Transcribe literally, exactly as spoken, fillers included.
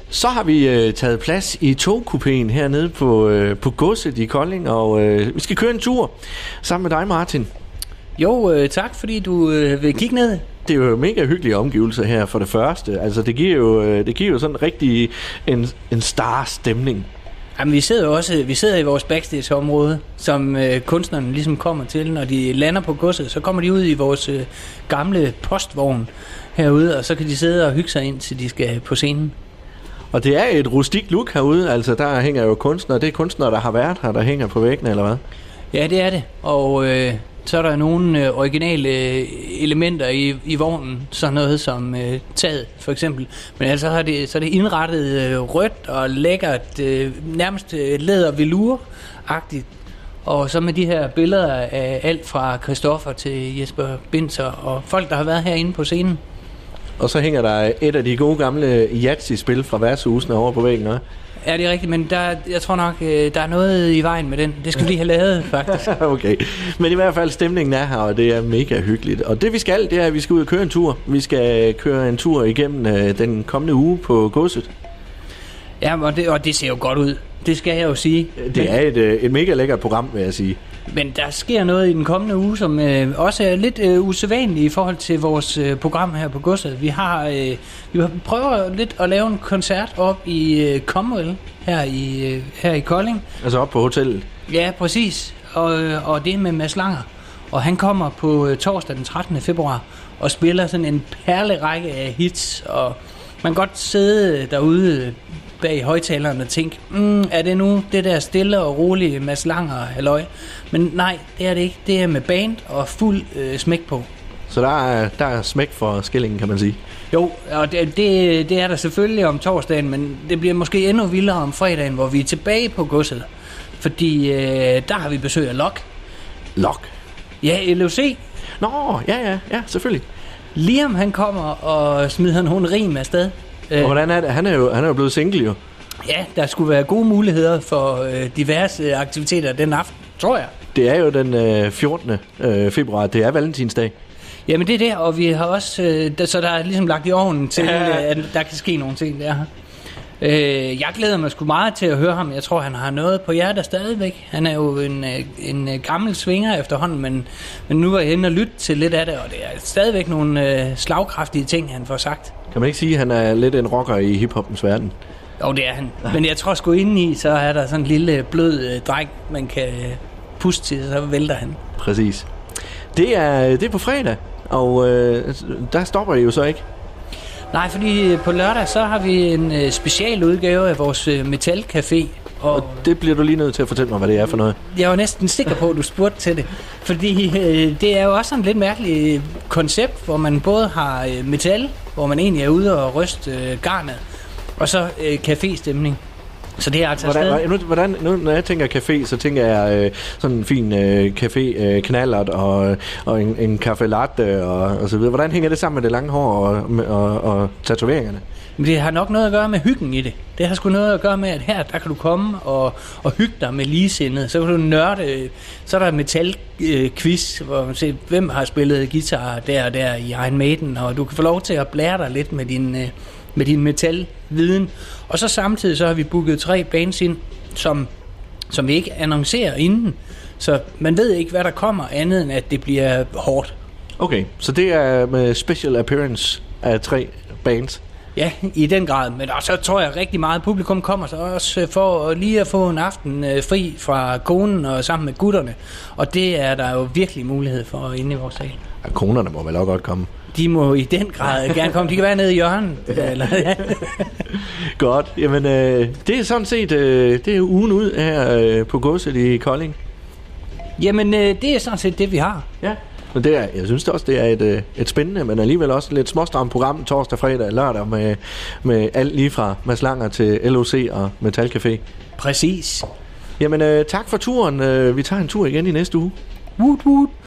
Så har vi øh, taget plads i togkupéen hernede på, øh, på godset i Kolding, og øh, vi skal køre en tur sammen med dig, Martin. Jo, øh, tak fordi du øh, vil kigge ned. Det er jo mega hyggelige omgivelser her for det første. Altså det giver jo, øh, det giver jo sådan rigtig en, en star-stemning. Jamen, vi sidder jo også vi sidder i vores backstage-område, som øh, kunstnerne ligesom kommer til. Når de lander på godset, så kommer de ud i vores øh, gamle postvogn herude, og så kan de sidde og hygge sig ind, til de skal på scenen. Og det er et rustikt look herude, altså der hænger jo kunstnere, det er kunstnere, der har været her, der hænger på væggene, eller hvad? Ja, det er det, og øh, så er der nogle øh, originale elementer i, i vognen, sådan noget som øh, taget for eksempel. Men altså har det, så er det indrettet øh, rødt og lækkert, øh, nærmest øh, læder velour-agtigt. Og så med de her billeder af alt fra Christoffer til Jesper Binzer og folk, der har været herinde på scenen. Og så hænger der et af de gode gamle Yahtzee-spil fra værtshusene over på væggen, ikke? Ja, det er rigtigt, men der, jeg tror nok, der er noget i vejen med den. Det skal vi lige have lavet, faktisk. Okay, men i hvert fald stemningen er her, og det er mega hyggeligt. Og det vi skal, det er, at vi skal ud og køre en tur. Vi skal køre en tur igennem øh, den kommende uge på godset. Ja, og det, og det ser jo godt ud. Det skal jeg jo sige. Det men, er et, et mega lækkert program, vil jeg sige. Men der sker noget i den kommende uge, som øh, også er lidt øh, usædvanligt i forhold til vores øh, program her på godset. Vi har øh, vi prøver lidt at lave en koncert op i øh, Comwell her i øh, her i Kolding. Altså op på hotellet. Ja, præcis. Og og det er med Mads Langer. Og han kommer på øh, torsdag den trettende februar og spiller sådan en perlerække af hits, og man kan godt sidde derude bag højtalerne og tænke, mm, er det nu det der stille og rolige Mads Langer halløj? Men nej, det er det ikke. Det er med band og fuld øh, smæk på. Så der er, der er smæk for skillingen, kan man sige. Jo, og det, det, det er der selvfølgelig om torsdagen, men det bliver måske endnu vildere om fredagen, hvor vi er tilbage på godset. Fordi øh, der har vi besøg af Lok. Lok? Ja, L O C. Nå, ja, ja, ja, selvfølgelig. Liam, han kommer og smider nogle rim afsted. Og hvordan er det? Han er jo, han er jo blevet single, jo. Ja, der skulle være gode muligheder for øh, diverse aktiviteter den aften, tror jeg. Det er jo den øh, fjortende februar, det er valentinsdag. Jamen det er det, og vi har også, øh, der, så der er ligesom lagt i ovnen til, ja. At der kan ske nogle ting der. Øh, jeg glæder mig sgu meget til at høre ham. Jeg tror, han har noget på hjertet stadigvæk. Han er jo en, en, en gammel svinger efterhånden, men, men nu er jeg inde og lytte til lidt af det, og det er stadigvæk nogle øh, slagkraftige ting, han får sagt. Kan man ikke sige, at han er lidt en rocker i hiphoppens verden? Jo, det er han. Men jeg tror sgu indeni, så er der sådan en lille blød øh, dreng, man kan puste til, så vælter han. Præcis. Det er, det er på fredag, og øh, der stopper det jo så ikke. Nej, fordi på lørdag, så har vi en øh, special udgave af vores øh, Metalcafé. Og, og det bliver du lige nødt til at fortælle mig, hvad det er for noget. Jeg var næsten sikker på, at du spurgte til det. Fordi øh, det er jo også sådan et lidt mærkeligt koncept, hvor man både har øh, metal, hvor man egentlig er ude og ryste øh, garnet, og så øh, café-stemning. Så det er altså hvordan, nu, hvordan, nu, når jeg tænker café, så tænker jeg øh, sådan en fin øh, café øh, knallert og, og en, en café latte og, og så videre. Hvordan hænger det sammen med det lange hår og, og, og tatoveringerne? Det har nok noget at gøre med hyggen i det. Det har sgu noget at gøre med, at her, der kan du komme og, og hygge dig med ligesindede. Så kan du nørde, så er der metal-quiz, øh, hvor man ser, hvem har spillet guitar der og der i Iron Maiden, og du kan få lov til at blære dig lidt med din, øh, med din metal-viden. Og så samtidig så har vi booket tre bands ind, som, som vi ikke annoncerer inden. Så man ved ikke, hvad der kommer andet, end at det bliver hårdt. Okay, så det er med special appearance af tre bands? Ja, i den grad. Men så tror jeg rigtig meget, publikum kommer så også for lige at få en aften fri fra konen og sammen med gutterne. Og det er der jo virkelig mulighed for inde i vores sal. Ja, konerne må vel også godt komme. De må i den grad gerne komme. De kan være nede i hjørnet. Eller, ja. Godt. Jamen, øh, det er sådan set øh, det er ugen ud her øh, på godset i Kolding. Jamen, øh, det er sådan set det, vi har. Ja. Men det er, jeg synes også, det er et, et spændende, men alligevel også lidt småstramt program torsdag, fredag og lørdag med, med alt lige fra Mads Langer til L O C og Metalcafé. Præcis. Jamen, øh, tak for turen. Vi tager en tur igen i næste uge. Woot woot.